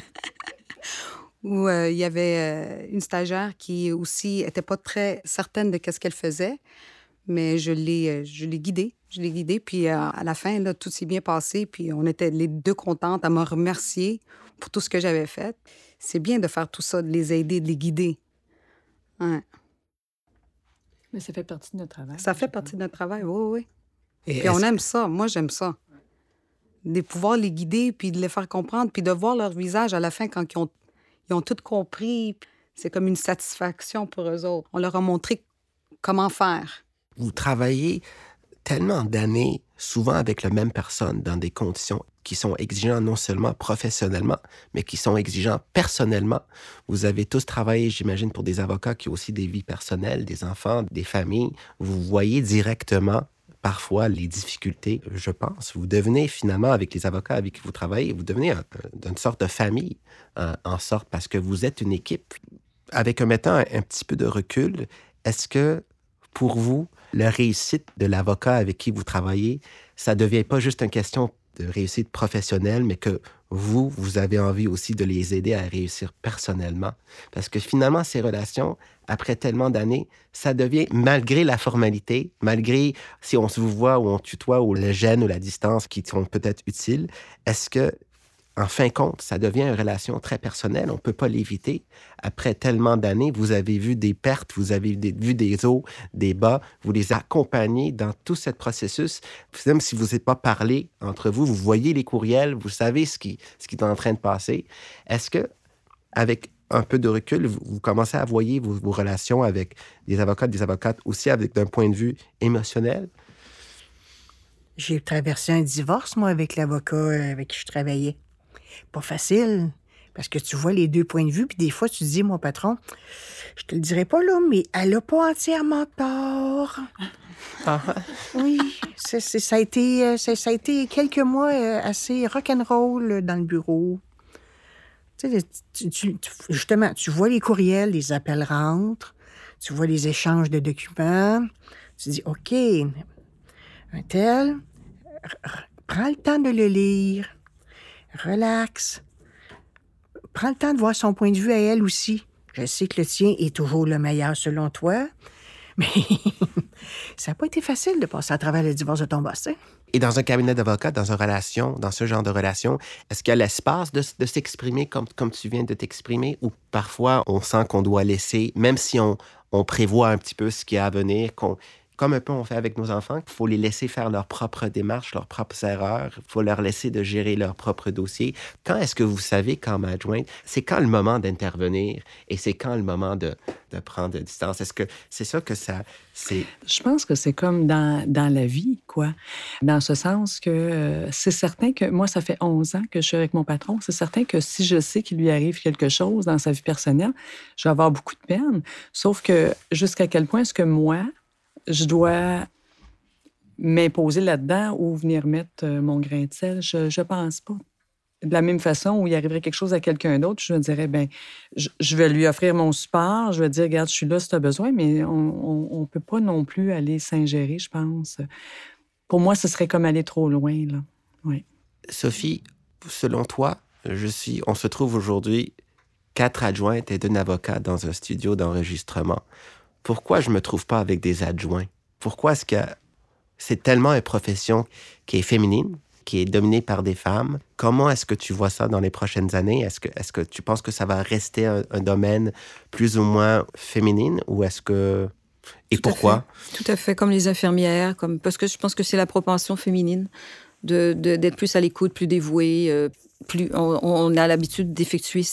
où euh, il y avait euh, une stagiaire qui aussi était pas très certaine de ce qu'elle faisait, mais je l'ai, euh, je l'ai guidée. Je l'ai guidée, puis euh, à la fin, là, tout s'est bien passé, puis on était les deux contentes à me remercier pour tout ce que j'avais fait. C'est bien de faire tout ça, de les aider, de les guider. Ouais. Mais ça fait partie de notre travail. Ça fait partie de notre travail, oui, oui. Et Puis on est-ce- aime ça. Moi, j'aime ça. De pouvoir les guider, puis de les faire comprendre, puis de voir leur visage à la fin quand ils ont, ils ont tout compris. C'est comme une satisfaction pour eux autres. On leur a montré comment faire. Vous travaillez tellement d'années, souvent avec la même personne, dans des conditions qui sont exigeantes non seulement professionnellement, mais qui sont exigeantes personnellement. Vous avez tous travaillé, j'imagine, pour des avocats qui ont aussi des vies personnelles, des enfants, des familles. Vous voyez directement parfois les difficultés, je pense. Vous devenez finalement, avec les avocats avec qui vous travaillez, vous devenez un, un, une sorte de famille, un, en sorte, parce que vous êtes une équipe. Avec un mettant un, un petit peu de recul, est-ce que pour vous, la réussite de l'avocat avec qui vous travaillez, ça ne devient pas juste une question de réussite professionnelle, mais que vous, vous avez envie aussi de les aider à réussir personnellement? Parce que finalement, ces relations, après tellement d'années, ça devient, malgré la formalité, malgré si on se vous voit ou on tutoie ou le gêne ou la distance qui sont peut-être utiles, est-ce que en fin de compte, ça devient une relation très personnelle. On ne peut pas l'éviter. Après tellement d'années, vous avez vu des pertes, vous avez des, vu des hauts, des bas. Vous les accompagnez dans tout ce processus. Même si vous n'êtes pas parlé entre vous, vous voyez les courriels, vous savez ce qui, ce qui est en train de passer. Est-ce que, avec un peu de recul, vous, vous commencez à voir vos, vos relations avec des avocats, des avocates aussi avec d'un point de vue émotionnel? J'ai traversé un divorce, moi, avec l'avocat avec qui je travaillais. Pas facile, parce que tu vois les deux points de vue, puis des fois, tu te dis, mon patron, je te le dirai pas là, mais elle a pas entièrement tort. Ah. Oui, c'est, c'est, ça, a été, ça, ça a été quelques mois assez rock'n'roll dans le bureau. Tu sais, tu, tu, tu, justement, tu vois les courriels, les appels rentrent, tu vois les échanges de documents, tu dis, OK, un tel, prends le temps de le lire. Relax. Prends le temps de voir son point de vue à elle aussi. Je sais que le tien est toujours le meilleur selon toi, mais ça n'a pas été facile de passer à travers le divorce de ton boss. Hein? Et dans un cabinet d'avocat, dans une relation, dans ce genre de relation, est-ce qu'il y a l'espace de, de s'exprimer comme, comme tu viens de t'exprimer, ou parfois on sent qu'on doit laisser, même si on, on prévoit un petit peu ce qui est à venir, qu'on comme un peu on fait avec nos enfants, il faut les laisser faire leurs propres démarches, leurs propres erreurs. Il faut leur laisser de gérer leurs propres dossiers. Quand est-ce que vous savez, comme adjointe, c'est quand le moment d'intervenir et c'est quand le moment de, de prendre distance? Est-ce que c'est ça que ça... c'est Je pense que c'est comme dans, dans la vie, quoi. Dans ce sens que euh, c'est certain que... Moi, ça fait onze ans que je suis avec mon patron. C'est certain que si je sais qu'il lui arrive quelque chose dans sa vie personnelle, je vais avoir beaucoup de peine. Sauf que jusqu'à quel point est-ce que moi... je dois m'imposer là-dedans ou venir mettre mon grain de sel. Je, je pense pas. De la même façon où il arriverait quelque chose à quelqu'un d'autre, je me dirais, bien, je, je vais lui offrir mon support, je vais dire, regarde, je suis là si tu as besoin, mais on ne peut pas non plus aller s'ingérer, je pense. Pour moi, ce serait comme aller trop loin, là. Oui. Sophie, selon toi, je suis, on se trouve aujourd'hui quatre adjointes et deux avocats dans un studio d'enregistrement. Pourquoi je ne me trouve pas avec des adjoints? Pourquoi est-ce que c'est tellement une profession qui est féminine, qui est dominée par des femmes? Comment est-ce que tu vois ça dans les prochaines années? Est-ce que, est-ce que tu penses que ça va rester un, un domaine plus ou moins féminin ou est-ce que... Et Tout pourquoi? à fait. Tout à fait, comme les infirmières, comme... parce que je pense que c'est la propension féminine de, de, d'être plus à l'écoute, plus dévouée, euh, plus on, on a l'habitude d'effectuer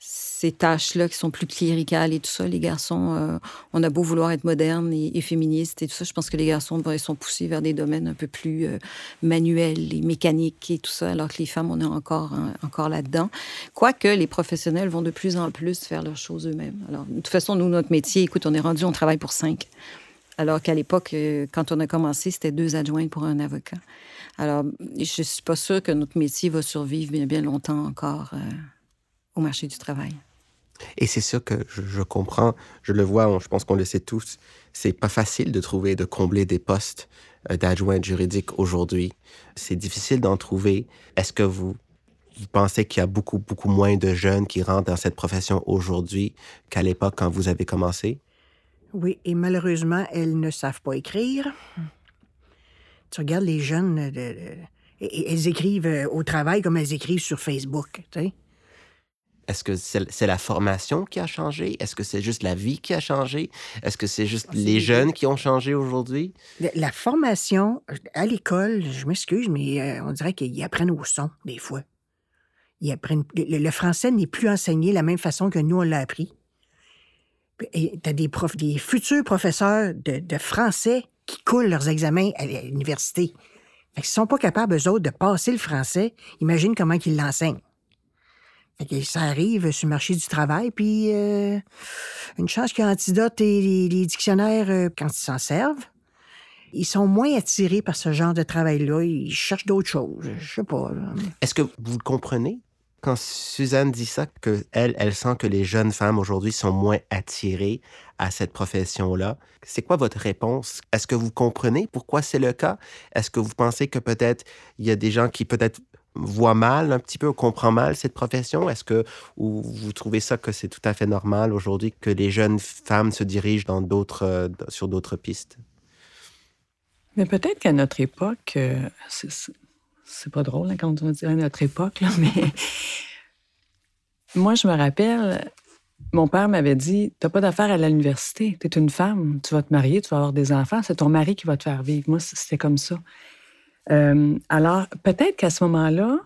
ces tâches-là qui sont plus cléricales et tout ça. Les garçons, euh, on a beau vouloir être modernes et, et féministes et tout ça, je pense que les garçons ben, ils sont poussés vers des domaines un peu plus euh, manuels et mécaniques et tout ça, alors que les femmes, on est encore, hein, encore là-dedans. Quoique les professionnels vont de plus en plus faire leurs choses eux-mêmes. Alors, de toute façon, nous, notre métier, écoute, on est rendu, on travaille pour cinq. Alors qu'à l'époque, euh, quand on a commencé, c'était deux adjointes pour un avocat. Alors, je ne suis pas sûre que notre métier va survivre bien, bien longtemps encore euh, au marché du travail. Et c'est ça que je, je comprends, je le vois, on, je pense qu'on le sait tous, c'est pas facile de trouver, de combler des postes euh, d'adjointe juridique aujourd'hui. C'est difficile d'en trouver. Est-ce que vous, vous pensez qu'il y a beaucoup, beaucoup moins de jeunes qui rentrent dans cette profession aujourd'hui qu'à l'époque quand vous avez commencé? Oui, et malheureusement, elles ne savent pas écrire. Tu regardes les jeunes, de, de, et, elles écrivent au travail comme elles écrivent sur Facebook, tu sais. Est-ce que c'est, c'est la formation qui a changé? Est-ce que c'est juste la vie qui a changé? Est-ce que c'est juste c'est les jeunes qui ont changé aujourd'hui? La formation, à l'école, je m'excuse, mais euh, on dirait qu'ils apprennent au son, des fois. Ils apprennent... Le, le français n'est plus enseigné de la même façon que nous, on l'a appris. Et t'as des, prof... des futurs professeurs de, de français qui coulent leurs examens à l'université. Fait qu'ils sont pas capables, eux autres, de passer le français. Imagine comment ils l'enseignent. Fait que ça arrive sur le marché du travail, puis euh, une chance qu'ils antidotent les, les, les dictionnaires euh, quand ils s'en servent. Ils sont moins attirés par ce genre de travail-là. Ils cherchent d'autres choses. Je sais pas. Là. Est-ce que vous le comprenez? Quand Suzanne dit ça, qu'elle, elle sent que les jeunes femmes aujourd'hui sont moins attirées à cette profession-là, c'est quoi votre réponse? Est-ce que vous comprenez pourquoi c'est le cas? Est-ce que vous pensez que peut-être il y a des gens qui peut-être voient mal un petit peu ou comprennent mal cette profession? Est-ce que ou vous trouvez ça que c'est tout à fait normal aujourd'hui que les jeunes femmes se dirigent dans d'autres, euh, sur d'autres pistes? Mais peut-être qu'à notre époque, euh, c'est, c'est pas drôle hein, quand on dit à notre époque, là, mais moi, je me rappelle, mon père m'avait dit, t'as pas d'affaires à l'université, t'es une femme, tu vas te marier, tu vas avoir des enfants, c'est ton mari qui va te faire vivre. Moi, c'était comme ça. Euh, alors, peut-être qu'à ce moment-là,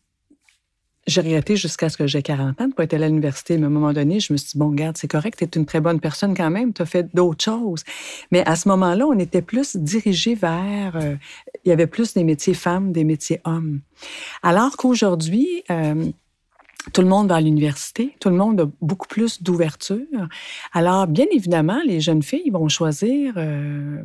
j'ai regretté jusqu'à ce que j'ai quarante ans de pas être allée à l'université. Mais à un moment donné, je me suis dit, bon, regarde, c'est correct, t'es une très bonne personne quand même, t'as fait d'autres choses. Mais à ce moment-là, on était plus dirigés vers... Euh, il y avait plus des métiers femmes, des métiers hommes. Alors qu'aujourd'hui... Euh, Tout le monde va à l'université, tout le monde a beaucoup plus d'ouverture. Alors, bien évidemment, les jeunes filles vont choisir... Euh,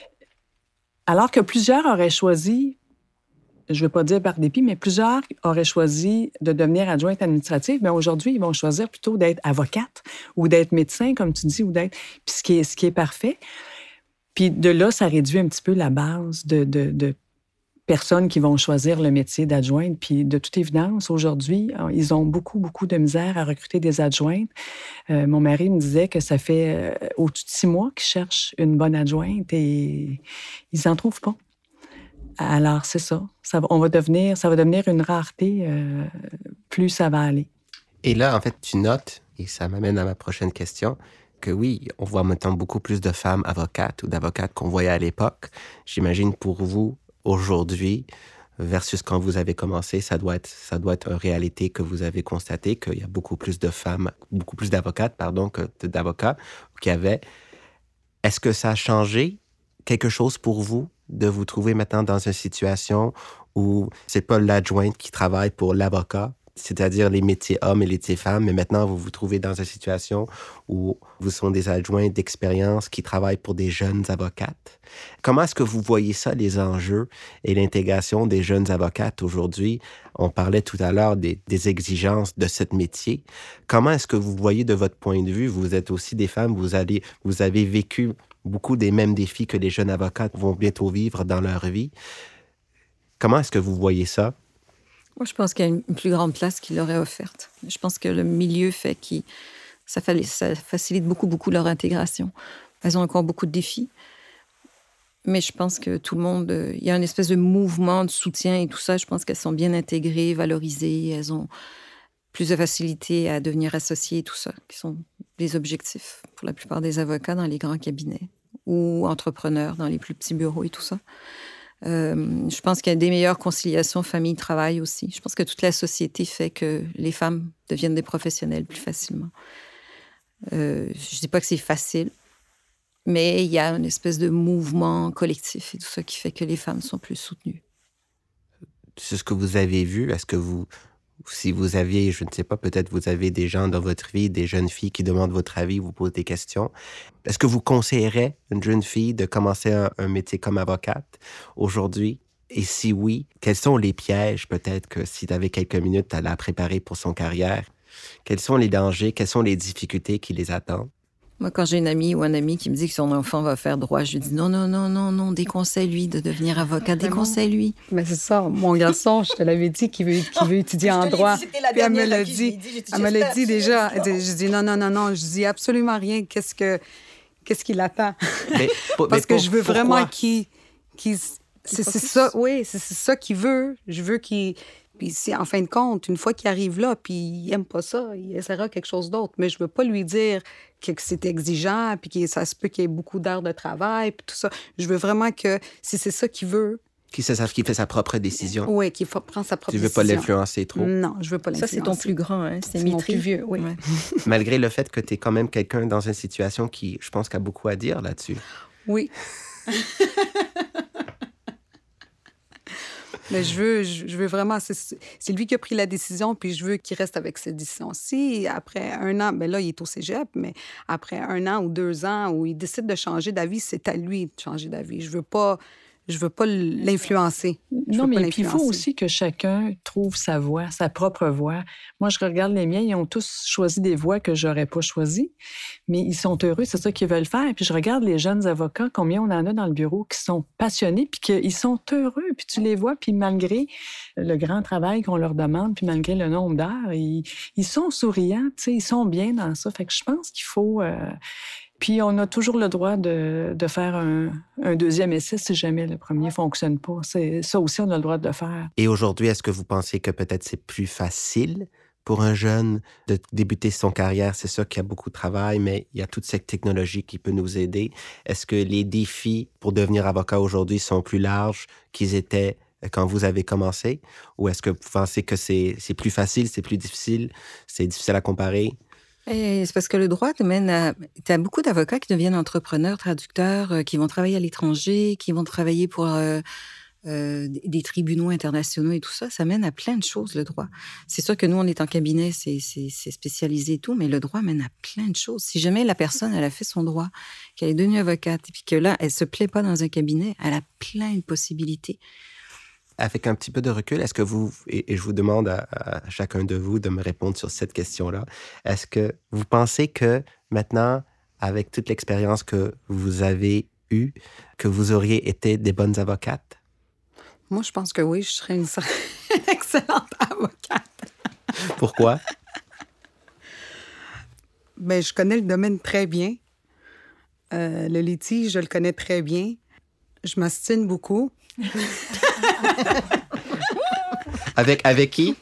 alors que plusieurs auraient choisi, je ne veux pas dire par dépit, mais plusieurs auraient choisi de devenir adjointe administrative, mais aujourd'hui, ils vont choisir plutôt d'être avocate ou d'être médecin, comme tu dis, ou d'être... Puis ce qui est, ce qui est parfait. Puis de là, ça réduit un petit peu la base de... de, de personnes qui vont choisir le métier d'adjointe. Puis, de toute évidence, aujourd'hui, ils ont beaucoup, beaucoup de misère à recruter des adjointes. Euh, mon mari me disait que ça fait euh, au-dessus de six mois qu'ils cherchent une bonne adjointe et ils n'en trouvent pas. Alors, c'est ça. ça va, on va devenir, ça va devenir une rareté euh, plus ça va aller. Et là, en fait, tu notes, et ça m'amène à ma prochaine question, que oui, on voit maintenant beaucoup plus de femmes avocates ou d'avocates qu'on voyait à l'époque. J'imagine pour vous, aujourd'hui, versus quand vous avez commencé, ça doit être, ça doit être une réalité que vous avez constatée, qu'il y a beaucoup plus de femmes, beaucoup plus d'avocates, pardon, que d'avocats qu'il y avait. Est-ce que ça a changé quelque chose pour vous de vous trouver maintenant dans une situation où c'est pas l'adjointe qui travaille pour l'avocat, c'est-à-dire les métiers hommes et les métiers femmes, mais maintenant vous vous trouvez dans une situation où vous sont des adjoints d'expérience qui travaillent pour des jeunes avocates. Comment est-ce que vous voyez ça, les enjeux et l'intégration des jeunes avocates aujourd'hui? On parlait tout à l'heure des, des exigences de ce métier. Comment est-ce que vous voyez de votre point de vue? Vous êtes aussi des femmes, vous, allez, vous avez vécu beaucoup des mêmes défis que les jeunes avocates vont bientôt vivre dans leur vie. Comment est-ce que vous voyez ça? Moi, je pense qu'il y a une plus grande place qu'il leur est offerte. Je pense que le milieu fait que ça, ça facilite beaucoup, beaucoup leur intégration. Elles ont encore beaucoup de défis. Mais je pense que tout le monde... Il y a une espèce de mouvement de soutien et tout ça. Je pense qu'elles sont bien intégrées, valorisées. Elles ont plus de facilité à devenir associées et tout ça, qui sont des objectifs pour la plupart des avocats dans les grands cabinets ou entrepreneurs dans les plus petits bureaux et tout ça. Euh, je pense qu'il y a des meilleures conciliations famille-travail aussi. Je pense que toute la société fait que les femmes deviennent des professionnels plus facilement. Euh, je ne dis pas que c'est facile, mais il y a une espèce de mouvement collectif et tout ça qui fait que les femmes sont plus soutenues. C'est ce que vous avez vu. Est-ce que vous, si vous aviez, je ne sais pas, peut-être vous avez des gens dans votre vie, des jeunes filles qui demandent votre avis, vous posent des questions. Est-ce que vous conseillerez une jeune fille de commencer un, un métier comme avocate aujourd'hui? Et si oui, quels sont les pièges, peut-être, que si tu avais quelques minutes à la préparer pour son carrière? Quels sont les dangers, quelles sont les difficultés qui les attendent? Moi, quand j'ai une amie ou un ami qui me dit que son enfant va faire droit, je lui dis non, non, non, non, non, déconseille-lui de devenir avocat, déconseille-lui. Mais c'est ça, mon garçon, je te l'avais dit qu'il veut, qu'il veut étudier en droit. Puis elle me l'a dit, elle me l'a dit déjà. Je dis non, non, non, non, je dis absolument rien. Qu'est-ce que, qu'est-ce qu'il attend? Mais, Parce mais que pour, je veux pourquoi? Vraiment qu'il, qu'il, c'est, c'est ça, oui, c'est, c'est ça qu'il veut. Je veux qu'il. Puis si, en fin de compte, une fois qu'il arrive là, puis il n'aime pas ça, il essaiera quelque chose d'autre. Mais je ne veux pas lui dire que c'est exigeant, puis que ça se peut qu'il y ait beaucoup d'heures de travail, puis tout ça. Je veux vraiment que, si c'est ça qu'il veut... Qu'il se sache qu'il fait sa propre décision. Oui, qu'il fa- prend sa propre décision. Tu ne veux pas l'influencer trop? Non, je ne veux pas l'influencer. Ça, c'est ton plus grand, hein? C'est, c'est mon plus vieux, oui. Ouais. Malgré le fait que tu es quand même quelqu'un dans une situation qui, je pense, a beaucoup à dire là-dessus. Oui. Mais je veux, je veux vraiment... C'est, c'est lui qui a pris la décision, puis je veux qu'il reste avec cette décision-ci. Après un an, bien là, il est au cégep, mais après un an ou deux ans où il décide de changer d'avis, c'est à lui de changer d'avis. Je veux pas... Je veux pas l'influencer. Je non, veux mais puis il faut aussi que chacun trouve sa voie, sa propre voie. Moi, je regarde les miens, ils ont tous choisi des voies que j'aurais pas choisies, mais ils sont heureux, c'est ça qu'ils veulent faire. Puis je regarde les jeunes avocats, combien on en a dans le bureau qui sont passionnés, puis qu'ils sont heureux, puis tu les vois, puis malgré le grand travail qu'on leur demande, puis malgré le nombre d'heures, ils, ils sont souriants, tu sais, ils sont bien dans ça. Fait que je pense qu'il faut... Euh, Puis on a toujours le droit de, de faire un, un deuxième essai si jamais le premier ne fonctionne pas. C'est, ça aussi, on a le droit de le faire. Et aujourd'hui, est-ce que vous pensez que peut-être c'est plus facile pour un jeune de débuter son carrière? C'est ça qu'il y a beaucoup de travail, mais il y a toute cette technologie qui peut nous aider. Est-ce que les défis pour devenir avocat aujourd'hui sont plus larges qu'ils étaient quand vous avez commencé? Ou est-ce que vous pensez que c'est, c'est plus facile, c'est plus difficile, c'est difficile à comparer? Et c'est parce que le droit te mène à... Tu as beaucoup d'avocats qui deviennent entrepreneurs, traducteurs, euh, qui vont travailler à l'étranger, qui vont travailler pour euh, euh, des tribunaux internationaux et tout ça. Ça mène à plein de choses, le droit. C'est sûr que nous, on est en cabinet, c'est, c'est, c'est spécialisé et tout, mais le droit mène à plein de choses. Si jamais la personne, elle a fait son droit, qu'elle est devenue avocate, et puis que là, elle se plaît pas dans un cabinet, elle a plein de possibilités. Avec un petit peu de recul, est-ce que vous, et je vous demande à, à chacun de vous de me répondre sur cette question-là, est-ce que vous pensez que maintenant, avec toute l'expérience que vous avez eue, que vous auriez été des bonnes avocates? Moi, je pense que oui, je serais une, une excellente avocate. Pourquoi? Bien, je connais le domaine très bien. Euh, le litige, je le connais très bien. Je m'astine beaucoup. avec, avec qui?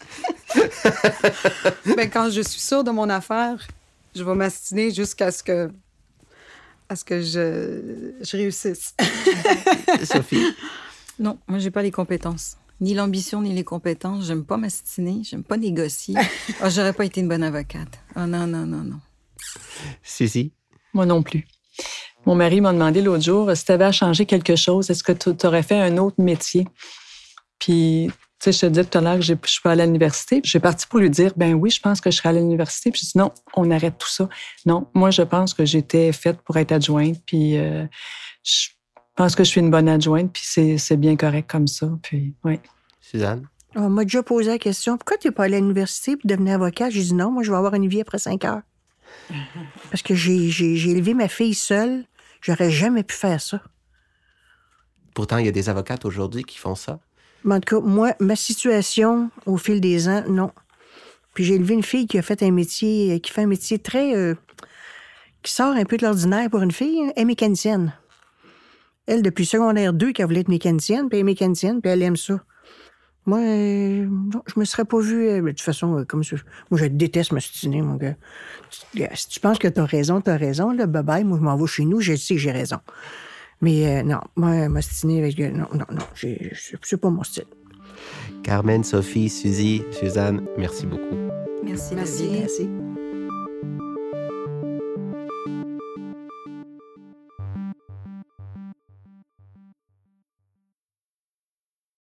Ben, quand je suis sûre de mon affaire, je vais m'astiner jusqu'à ce que, à ce que je, je réussisse. Sophie? Non, moi, j'ai pas les compétences. Ni l'ambition, ni les compétences. J'aime pas m'astiner, j'aime pas négocier. Oh, j'aurais pas été une bonne avocate. Oh non, non, non, non. Suzy? Moi non plus. Mon mari m'a demandé l'autre jour, si tu avais à changer quelque chose, est-ce que tu aurais fait un autre métier? Puis, tu sais, je te disais tout à l'heure que je suis pas allée à l'université. J'ai parti pour lui dire, ben oui, je pense que je serai allée à l'université. Puis je dis, non, on arrête tout ça. Non, moi, je pense que j'étais faite pour être adjointe. Puis, euh, je pense que je suis une bonne adjointe. Puis c'est, c'est bien correct comme ça. Puis, oui. Suzanne? On m'a déjà posé la question, pourquoi tu n'es pas allée à l'université pour devenir avocat? J'ai dit non, moi, je vais avoir une vie après cinq heures. Parce que j'ai, j'ai, j'ai élevé ma fille seule. J'aurais jamais pu faire ça. Pourtant, il y a des avocates aujourd'hui qui font ça. Mais en tout cas, moi, ma situation, au fil des ans, non. Puis j'ai élevé une fille qui a fait un métier, qui fait un métier très... Euh, qui sort un peu de l'ordinaire pour une fille. Elle est mécanicienne. Elle, depuis secondaire deux, qu'elle voulait être mécanicienne, puis elle est mécanicienne, puis elle aime ça. Moi, euh, non, je me serais pas vue... Euh, de toute façon, euh, comme ça, moi, je déteste m'astiner, mon gars. Si tu penses que t'as raison, t'as raison, là, bye-bye, moi, je m'en vais chez nous, je sais que j'ai raison. Mais euh, non, moi, m'ostiner avec... Non, non, non, j'ai, c'est pas mon style. Carmen, Sophie, Suzy, Suzanne, merci beaucoup. Merci, Merci. David. Merci.